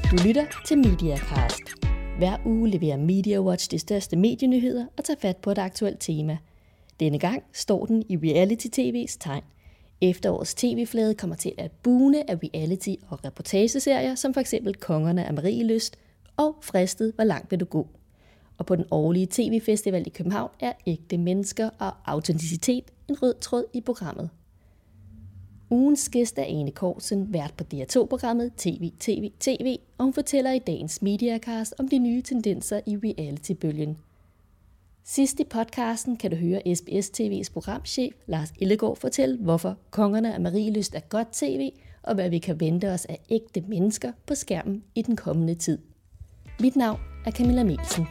Du lytter til MediaCast. Hver uge leverer MediaWatch de største medienyheder og tager fat på et aktuelt tema. Denne gang står den i reality-tv's tegn. Efterårets tv-flade kommer til at bune af reality- og reportageserier, som f.eks. Kongerne af Marielyst og Fristet, hvor langt vil du gå? Og på den årlige tv-festival i København er ægte mennesker og autenticitet en rød tråd i programmet. Ugens gæst er Ane Cortzen, vært på DR2-programmet TV, og hun fortæller i dagens MediaCast om de nye tendenser i reality-bølgen. Sidst i podcasten kan du høre SBS TV's programchef Lars Ellegaard fortælle, hvorfor Kongerne af Marielyst er godt tv, og hvad vi kan vente os af ægte mennesker på skærmen i den kommende tid. Mit navn er Camilla Melsen.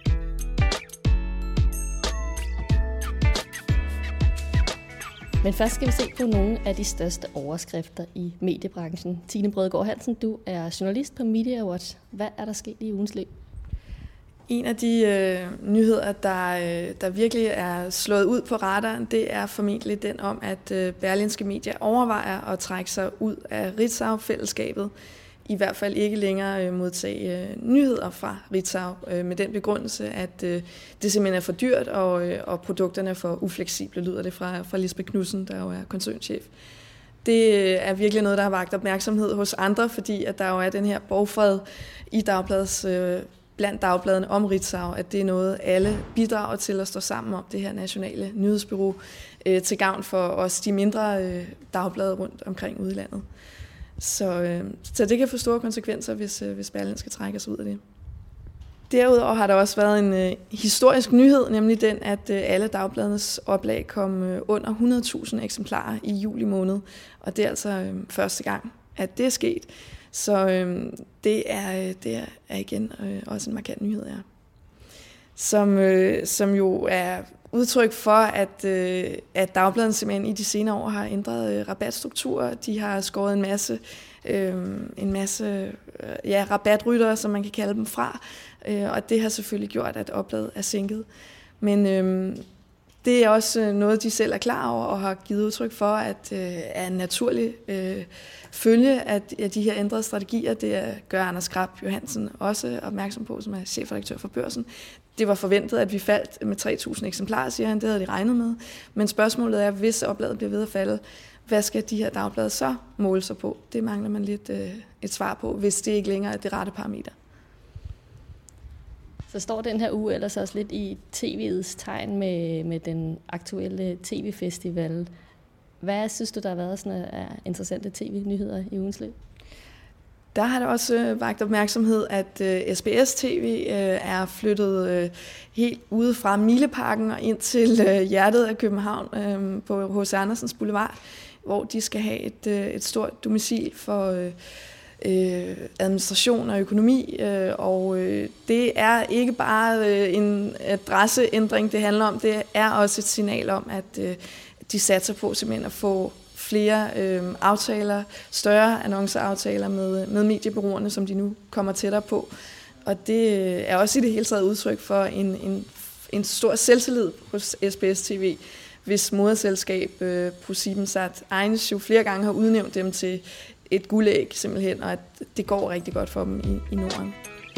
Men først skal vi se på nogle af de største overskrifter i mediebranchen. Tine Brødgaard Hansen, du er journalist på MediaWatch. Hvad er der sket i ugens løb? En af de nyheder, der virkelig er slået ud på radaren, det er formentlig den om, at Berlingske Media overvejer at trække sig ud af Ritzau-fællesskabet. I hvert fald ikke længere modtage nyheder fra Ritzau med den begrundelse, at det simpelthen er for dyrt, og produkterne er for ufleksible, lyder det fra Lisbeth Knudsen, der jo er koncernchef. Det er virkelig noget, der har vakt opmærksomhed hos andre, fordi at der jo er den her borgfred i blandt dagbladene om Ritzau, at det er noget, alle bidrager til at stå sammen om, det her nationale nyhedsbureau, til gavn for os de mindre dagblade rundt omkring ude i landet. Så det kan få store konsekvenser, hvis Berlingske skal trække os ud af det. Derudover har der også været en historisk nyhed, nemlig den, at alle dagbladenes oplag kom under 100.000 eksemplarer i juli måned. Og det er altså første gang, at det er sket. Så det er igen også en markant nyhed, ja. Som jo er udtryk for, at dagbladene simpelthen i de senere år har ændret rabatstrukturer. De har skåret en masse rabatryttere, som man kan kalde dem, fra. Og det har selvfølgelig gjort, at oplaget er sænket. Men det er også noget, de selv er klar over og har givet udtryk for, at er en naturlig følge af de her ændrede strategier. Det gør Anders Grab Johansen også opmærksom på, som er chefredaktør for Børsen. Det var forventet, at vi faldt med 3.000 eksemplarer, siger han. Det havde de regnet med. Men spørgsmålet er, hvis oplaget bliver ved at falde, hvad skal de her dagblade så måle sig på? Det mangler man lidt et svar på, hvis det ikke længere er det rette parameter. Så står den her uge ellers også lidt i tv'ets tegn med den aktuelle tv-festival. Hvad synes du, der har været sådan af interessante tv-nyheder i ugens løb? Der har det også vakt opmærksomhed, at SBS TV er flyttet helt ude fra Mileparken og ind til hjertet af København på H.C. Andersens Boulevard, hvor de skal have et stort domicil for administration og økonomi, og det er ikke bare en adresseændring, det handler om, det er også et signal om, at de satser på simpelthen at få flere aftaler, større annonceaftaler med mediebureauerne, som de nu kommer tættere på. Og det er også i det hele taget udtryk for en stor selvtillid hos SBS TV, hvis moderselskab ProSiebenSat Eines jo flere gange har udnævnt dem til et guldæg simpelthen, og at det går rigtig godt for dem i Norden.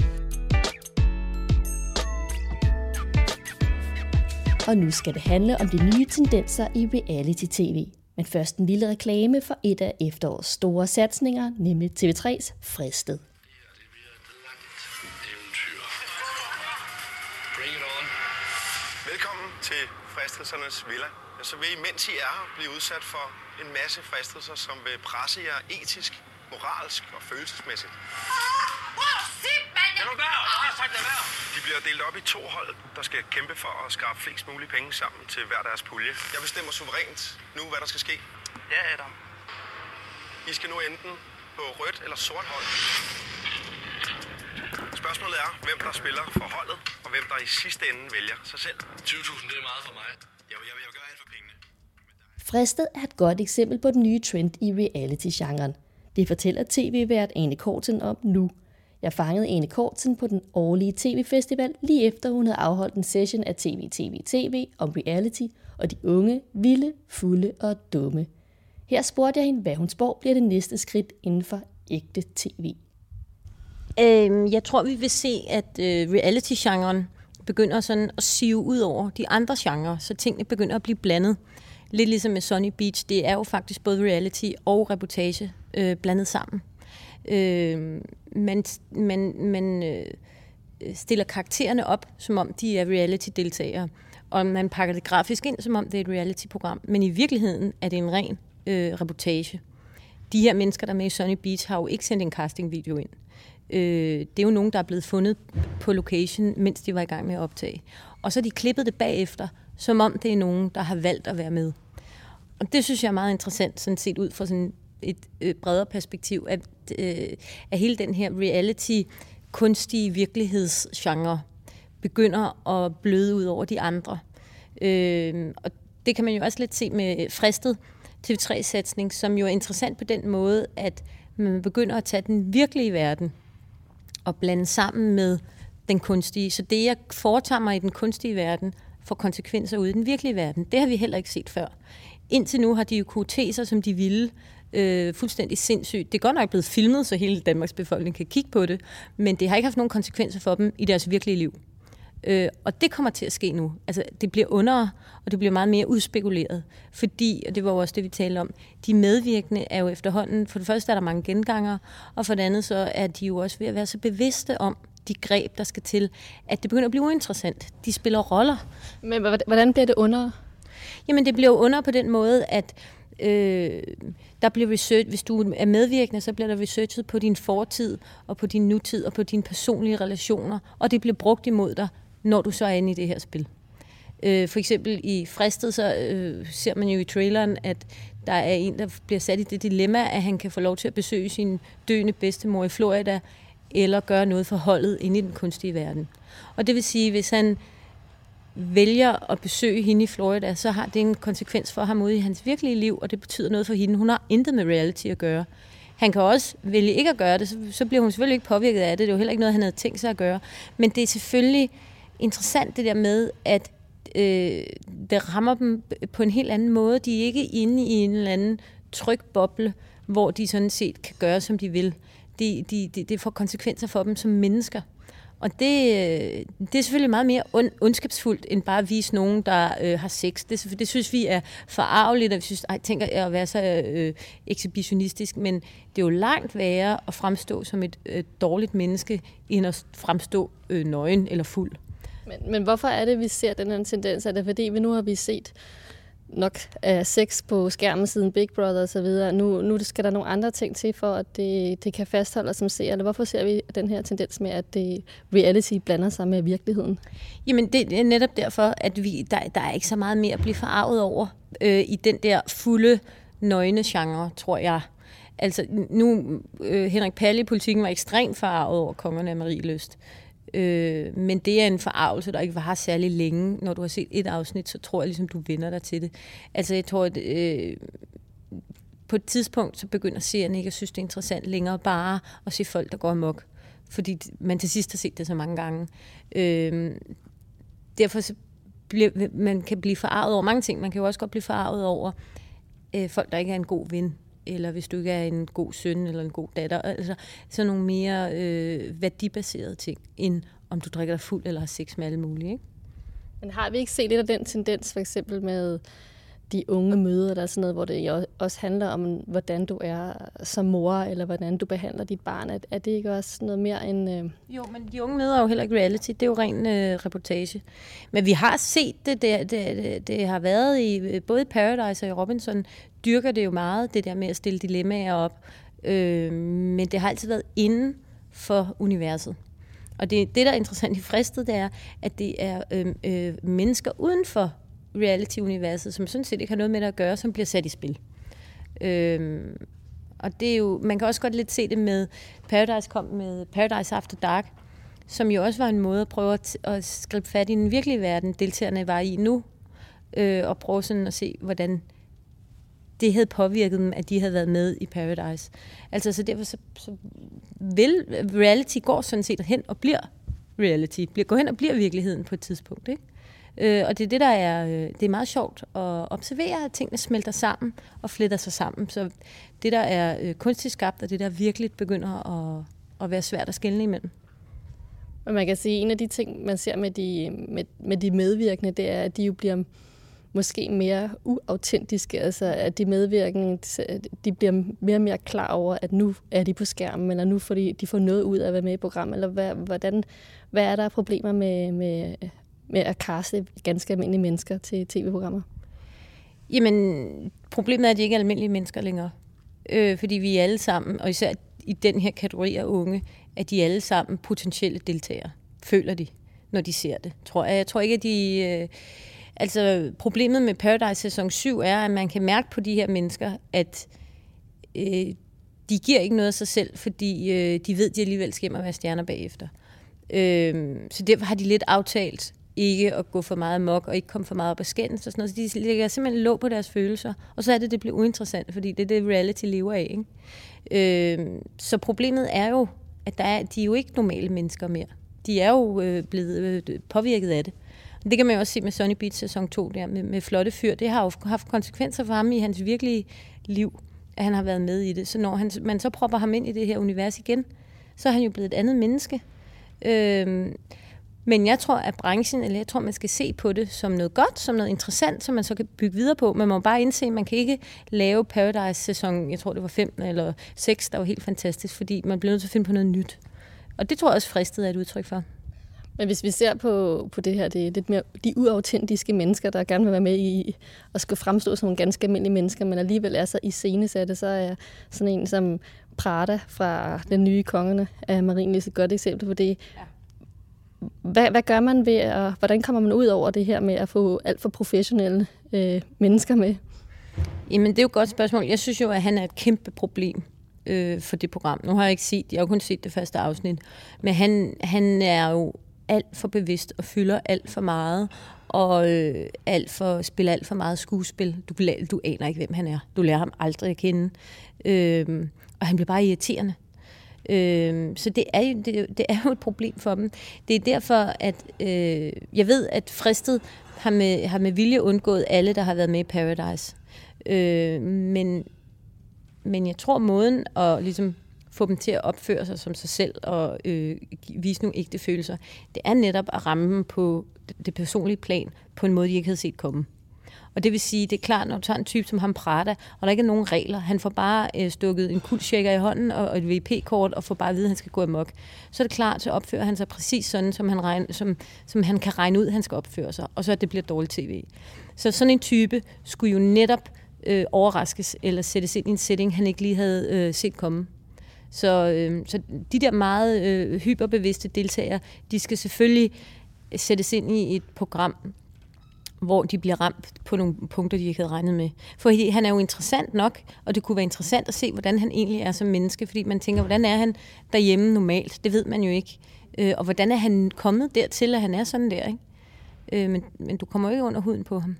Og nu skal det handle om de nye tendenser i reality-tv. Men først en lille reklame for et af efterårets store satsninger, nemlig TV3's Fristet. Velkommen til Fristelsernes Villa. Så vil I, mens I er her, blive udsat for en masse fristelser, som vil presse jer etisk, moralsk og følelsesmæssigt. De bliver delt op i 2 hold, der skal kæmpe for at skrabe flest mulige penge sammen til hver deres pulje. Jeg bestemmer suverænt nu, hvad der skal ske. Ja, Adam. I skal nu enten på rødt eller sort hold. Spørgsmålet er, hvem der spiller for holdet, og hvem der i sidste ende vælger sig selv. 20.000, det er meget for mig. Jeg vil gøre alt for pengene. Fristet er et godt eksempel på den nye trend i reality-genren. Det fortæller tv-vært Ane Cortzen om nu. Jeg fangede Ane Cortzen på den årlige tv-festival, lige efter hun havde afholdt en session af TV om reality og de unge, vilde, fulde og dumme. Her spurgte jeg hende, hvad hun spår bliver det næste skridt inden for ægte tv. Jeg tror, vi vil se, at reality-genren begynder sådan at sive ud over de andre genrer, så tingene begynder at blive blandet. Lidt ligesom med Sunny Beach, det er jo faktisk både reality og reportage blandet sammen. Man stiller karaktererne op, som om de er reality-deltagere, og man pakker det grafisk ind, som om det er et reality-program. Men i virkeligheden er det en ren reportage. De her mennesker, der er med i Sunny Beach, har jo ikke sendt en castingvideo ind. Det er jo nogen, der er blevet fundet på location, mens de var i gang med at optage. Og så er de klippet det bagefter, som om det er nogen, der har valgt at være med. Og det synes jeg er meget interessant, sådan set ud fra sådan et bredere perspektiv, at hele den her reality, kunstige virkelighedsgenre begynder at bløde ud over de andre. Og det kan man jo også lidt se med Fristet TV3-satsning, som jo er interessant på den måde, at man begynder at tage den virkelige verden og blande sammen med den kunstige. Så det, jeg foretager mig i den kunstige verden, får konsekvenser ude i den virkelige verden. Det har vi heller ikke set før. Indtil nu har de jo kunnet te sig, som de ville, fuldstændig sindssygt. Det er godt nok blevet filmet, så hele Danmarks befolkning kan kigge på det, men det har ikke haft nogen konsekvenser for dem i deres virkelige liv. Og det kommer til at ske nu. Altså, det bliver ondere, og det bliver meget mere udspekuleret. Fordi, og det var jo også det, vi talte om, de medvirkende er jo efterhånden, for det første er der mange gengangere, og for det andet så er de jo også ved at være så bevidste om de greb, der skal til, at det begynder at blive uinteressant. De spiller roller. Men hvordan bliver det ondere? Jamen, det bliver jo ondere på den måde, at der bliver research, hvis du er medvirkende, så bliver der researchet på din fortid, og på din nutid, og på dine personlige relationer, og det bliver brugt imod dig, når du så er inde i det her spil. For eksempel i Fristet, så ser man jo i traileren, at der er en, der bliver sat i det dilemma, at han kan få lov til at besøge sin døende bedstemor i Florida, eller gøre noget for holdet inde i den kunstige verden. Og det vil sige, hvis han vælger at besøge hende i Florida, så har det en konsekvens for ham ude i hans virkelige liv, og det betyder noget for hende. Hun har intet med reality at gøre. Han kan også vælge ikke at gøre det, så bliver hun selvfølgelig ikke påvirket af det. Det er jo heller ikke noget, han havde tænkt sig at gøre. Men det er selvfølgelig interessant det der med, at det rammer dem på en helt anden måde. De er ikke inde i en eller anden tryg boble, hvor de sådan set kan gøre, som de vil. Det får konsekvenser for dem som mennesker. Og det er selvfølgelig meget mere ondskabsfuldt, end bare at vise nogen, der har sex. Det synes vi er forarveligt, og vi synes, tænker at være så ekshibitionistisk, men det er jo langt værre at fremstå som et dårligt menneske, end at fremstå nøgen eller fuld. Men hvorfor er det, vi ser den her tendens? Er det fordi, vi nu har vi set nok af sex på skærmen siden Big Brother og så videre. Nu skal der nogle andre ting til, for at det kan fastholde os som seere. Eller hvorfor ser vi den her tendens med, at det reality blander sig med virkeligheden? Jamen, det er netop derfor, at der er ikke så meget mere at blive forarvet over i den der fulde, nøgne genre, tror jeg. Altså, nu Henrik Palle i Politikken var ekstremt forarvet over Kongerne af Marielyst. Men det er en forarvelse, der ikke var særlig længe. Når du har set et afsnit, så tror jeg ligesom, du vender dig til det. Altså jeg tror, at på et tidspunkt, så begynder seerne ikke at synes, det er interessant længere bare at se folk, der går amok. Fordi man til sidst har set det så mange gange. Derfor så man kan blive forarvet over mange ting. Man kan jo også godt blive forarvet over folk, der ikke er en god ven. Eller hvis du ikke er en god søn eller en god datter. Altså sådan nogle mere værdibaserede ting, end om du drikker dig fuld eller har sex med alle mulige. Ikke? Men har vi ikke set lidt af den tendens, for eksempel med de unge møder, der er sådan noget, hvor det også handler om, hvordan du er som mor, eller hvordan du behandler dit barn? Er det ikke også noget mere end... Jo, men de unge møder er jo heller ikke reality. Det er jo ren reportage. Men vi har set det. Det har været i både i Paradise og i Robinson, dyrker det jo meget, det der med at stille dilemmaer op. Men det har altid været inden for universet. Og det, der er interessant i Fristet, det er, at det er mennesker uden for reality-universet, som sådan set ikke har noget med det at gøre, som bliver sat i spil. Og det er jo, man kan også godt lidt se det med Paradise kom med Paradise After Dark, som jo også var en måde at prøve at gribe fat i den virkelige verden, deltagerne var i nu, og prøve sådan at se, hvordan det havde påvirket dem, at de havde været med i Paradise. Altså, så derfor så vil reality gå sådan set hen og bliver reality. Går hen og bliver virkeligheden på et tidspunkt, ikke? Og det er det, der er, det er meget sjovt at observere, at tingene smelter sammen og fletter sig sammen. Så det, der er kunstigt skabt, og det, der virkelig begynder og være svært at skelne imellem. Og man kan sige, at en af de ting, man ser med de medvirkende, det er, at de jo bliver måske mere uautentiske, altså at de medvirkende, de bliver mere og mere klar over, at nu er de på skærmen, eller nu får de får noget ud af at være med i programmet, eller hvad er der problemer med at caste ganske almindelige mennesker til tv-programmer? Jamen, problemet er, at de ikke er almindelige mennesker længere. Fordi vi er alle sammen, og især i den her kategori af unge, at de alle sammen potentielle deltagere, føler de, når de ser det. Jeg tror ikke, at de... Altså, problemet med Paradise sæson 7 er, at man kan mærke på de her mennesker, at de giver ikke noget af sig selv, fordi de ved, at de alligevel skal hjem og være stjerner bagefter. Så derfor har de lidt aftalt ikke at gå for meget amok og ikke komme for meget op af skændes og sådan noget. Så de lægger simpelthen låg på deres følelser, og så er det bliver uinteressant, fordi det er det, reality lever af, ikke? Så problemet er jo, at de er jo ikke normale mennesker mere. De er jo blevet påvirket af det. Det kan man jo også se med Sunny Beach sæson 2 der, med flotte fyr. Det har jo haft konsekvenser for ham i hans virkelige liv, at han har været med i det. Så når man så propper ham ind i det her univers igen, så er han jo blevet et andet menneske. Men jeg tror, at jeg tror, man skal se på det som noget godt, som noget interessant, som man så kan bygge videre på. Man må bare indse, at man kan ikke lave Paradise sæson, jeg tror det var 5 eller 6, der var helt fantastisk, fordi man bliver nødt til at finde på noget nyt. Og det tror jeg også Fristet er et udtryk for. Men hvis vi ser på det her, det er lidt mere de uautentiske mennesker, der gerne vil være med i at skulle fremstå som nogle ganske almindelige mennesker, men alligevel er så iscenesatte, så er sådan en som Prada fra Den Nye Kongerne af Marienlyst et godt eksempel på det. Ja. Hvad gør man ved, og hvordan kommer man ud over det her med at få alt for professionelle mennesker med? Jamen, det er jo et godt spørgsmål. Jeg synes jo, at han er et kæmpe problem for det program. Nu har jeg jo kun set det første afsnit, men han er jo alt for bevidst og fylder alt for meget, og spiller alt for meget skuespil. Du aner ikke, hvem han er. Du lærer ham aldrig at kende. Og han bliver bare irriterende. Så det er jo et problem for dem. Det er derfor, at jeg ved, at Fristet har med vilje undgået alle, der har været med i Paradise. Men jeg tror, måden at ligesom få dem til at opføre sig som sig selv og vise nogle ægte følelser, det er netop at ramme dem på det personlige plan på en måde, de ikke havde set komme. Og det vil sige, det er klart, når du tager en type som ham Prada, og der ikke er nogen regler, han får bare stukket en kuldshaker i hånden og et VIP-kort, og får bare at vide, at han skal gå amok. Så er det klart, så opfører han sig præcis sådan, som han kan regne ud, at han skal opføre sig, og så at det bliver dårligt tv. Så sådan en type skulle jo netop overraskes, eller sættes ind i en setting, han ikke lige havde set komme. Så de der meget hyperbevidste deltagere, de skal selvfølgelig sættes ind i et program, hvor de bliver ramt på nogle punkter, de ikke havde regnet med. For han er jo interessant nok, og det kunne være interessant at se, hvordan han egentlig er som menneske, fordi man tænker, hvordan er han derhjemme normalt? Det ved man jo ikke. Og hvordan er han kommet dertil, at han er sådan der, ikke? Men du kommer jo ikke under huden på ham.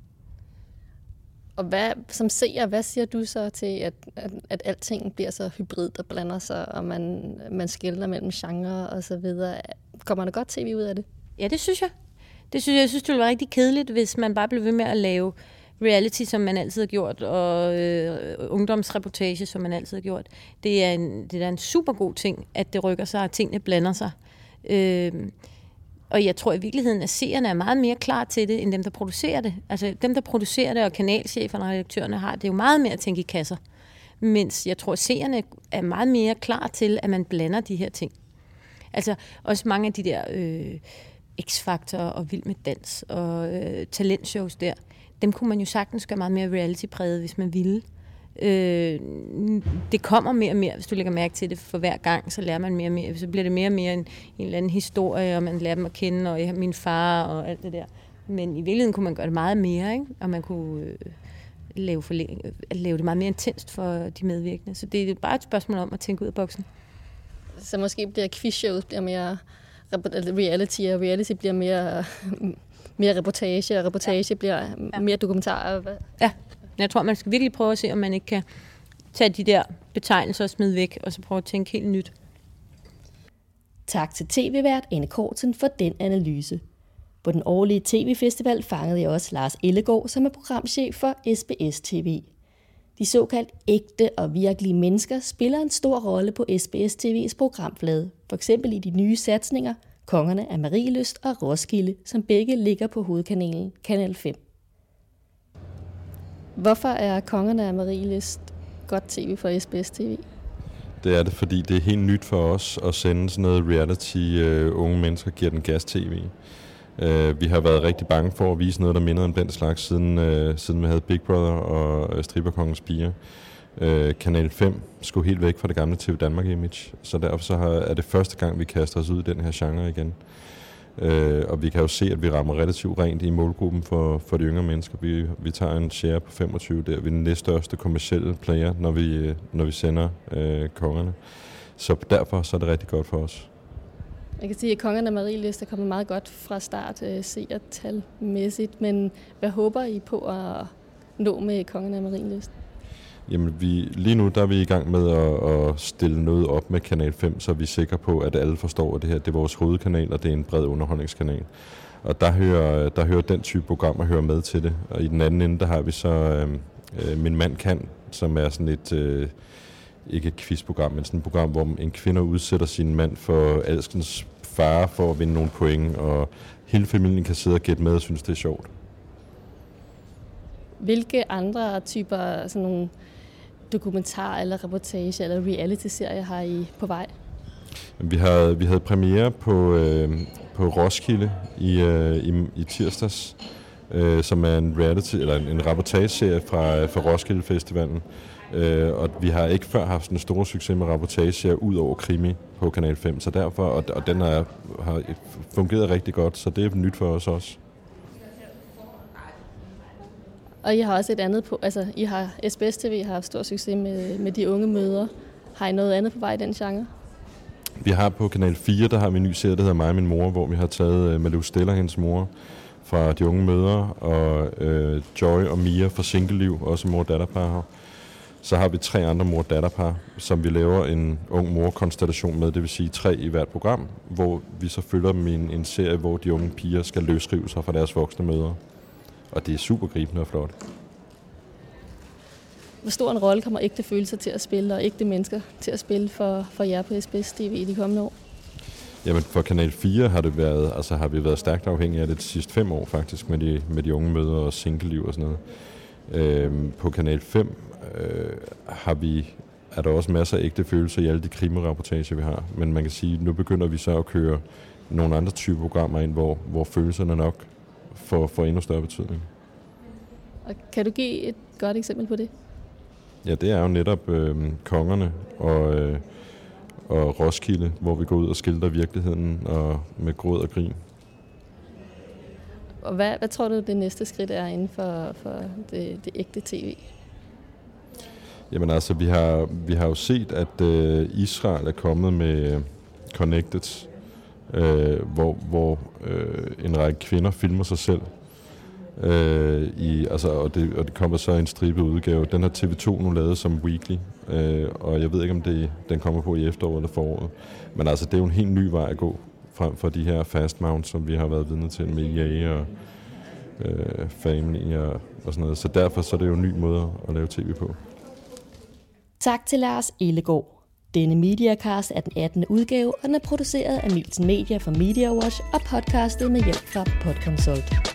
Og som seer, hvad siger du så til, at alting bliver så hybrid og blander sig, og man skelner mellem genre og så videre? Kommer der godt tv ud af det? Ja, det synes jeg. Jeg synes, det ville være rigtig kedeligt, hvis man bare blev ved med at lave reality, som man altid har gjort, og ungdomsreportage, som man altid har gjort. Det er en super god ting, at det rykker sig, og tingene blander sig. Og jeg tror i virkeligheden, at seerne er meget mere klar til det, end dem, der producerer det. Altså dem, der producerer det, og kanalcheferne og redaktørerne har, det er jo meget mere at tænke i kasser. Mens jeg tror, at seerne er meget mere klar til, at man blander de her ting. Altså også mange af de der X-Factor og Vild med Dans og talentshows der, dem kunne man jo sagtens gøre meget mere reality-præget, hvis man ville. Det kommer mere og mere, hvis du lægger mærke til det for hver gang, så lærer man mere og mere, så bliver det mere og mere en eller anden historie, og man lærer dem at kende, og jeg har min far og alt det der. Men i virkeligheden kunne man gøre det meget mere, ikke? Og man kunne lave det meget mere intenst for de medvirkende. Så det er bare et spørgsmål om at tænke ud af boksen. Så måske bliver quizshows mere reality, og reality bliver mere reportage, og reportage bliver mere dokumentar. Ja, jeg tror, man skal virkelig prøve at se, om man ikke kan tage de der betegnelser og smide væk, og så prøve at tænke helt nyt. Tak til tv-vært Anne Kortsen for den analyse. På den årlige tv-festival fangede jeg også Lars Ellegaard, som er programchef for SBS TV. De såkaldt ægte og virkelige mennesker spiller en stor rolle på SBS TV's programflade, f.eks. i de nye satsninger Kongerne af Marielyst og Roskilde, som begge ligger på hovedkanalen Kanal 5. Hvorfor er Kongerne af Marielyst godt tv for SBS TV? Det er det, fordi det er helt nyt for os at sende sådan noget reality, unge mennesker giver den gas tv. Vi har været rigtig bange for at vise noget, der minder om den slags, siden vi havde Big Brother og Stripperkongens piger. Kanal 5 skulle helt væk fra det gamle TV Danmark image, så derfor er det første gang, vi kaster os ud i den her genre igen. Og vi kan jo se, at vi rammer relativt rent i målgruppen for de yngre mennesker. Vi tager en share på 25, der vi er den næststørste kommercielle player, når vi sender Kongerne. Så derfor så er det rigtig godt for os. Jeg kan sige, at Kongerne af Marielyst er kommet meget godt fra start seertalmæssigt, men hvad håber I på at nå med Kongerne af Marielyst? Jamen, lige nu der er vi i gang med at stille noget op med Kanal 5, så vi er sikre på, at alle forstår, at det her det er vores hovedkanal, og det er en bred underholdningskanal. Og der hører den type programmer hører med til det. Og i den anden ende, der har vi så Min Mand Kan, som er sådan et, ikke et quizprogram, men sådan et program, hvor en kvinde udsætter sin mand for alskens fare for at vinde nogle point, og hele familien kan sidde og gætte med og synes, det er sjovt. Hvilke andre typer sådan nogle dokumentar eller reportage eller reality-serier har I på vej? Vi havde premiere på Roskilde i tirsdags, som er en reality eller en reportageserie fra Roskilde Festivalen. Og vi har ikke før haft en stor succes med reportager ud over krimi på Kanal 5, så derfor og den har fungeret rigtig godt, så det er nyt for os også. Og I har også et andet på, altså SBS TV har haft stor succes med de unge mødre. Har I noget andet på vej i den genre? Vi har på Kanal 4, der har vi en ny serie, der hedder Mig og min mor, hvor vi har taget Malou Stella, hendes mor, fra de unge mødre, og Joy og Mia fra Single-liv, også mor-datterpar her. Så har vi 3 andre mor-datterpar, som vi laver en ung mor-konstellation med, det vil sige 3 i hvert program, hvor vi så følger dem i en serie, hvor de unge piger skal løsrive sig fra deres voksne mødre. Og det er super gribende og flot. Hvor stor en rolle kommer ægte følelser til at spille, og ægte mennesker til at spille for jer på SBS TV i de kommende år? Jamen for Kanal 4 har vi været stærkt afhængige af det de sidste 5 år faktisk, med de unge mødre og single-liv og sådan noget. På Kanal 5 er der også masser af ægte følelser i alle de krimerapportager, vi har. Men man kan sige, at nu begynder vi så at køre nogle andre typer programmer ind, hvor følelserne nok får endnu større betydning. Og kan du give et godt eksempel på det? Ja, det er jo netop Kongerne og Roskilde, hvor vi går ud og skildrer virkeligheden og med gråd og grin. Og hvad tror du, det næste skridt er inden for det ægte tv? Jamen altså, vi har jo set, at Israel er kommet med Connected, hvor en række kvinder filmer sig selv. Og det kommer så i en stribet udgave. Den har TV2 nu lavet som weekly, og jeg ved ikke, om den kommer på i efteråret eller foråret. Men altså, det er jo en helt ny vej at gå frem for de her fast mounts, som vi har været vidne til med EA og Family og sådan noget. Så derfor så er det jo en ny måde at lave tv på. Tak til Lars Ellegaard. Denne Mediacast er den 18. udgave, og den er produceret af Nielsen Media for Media Watch og podcastet med hjælp fra Podconsult.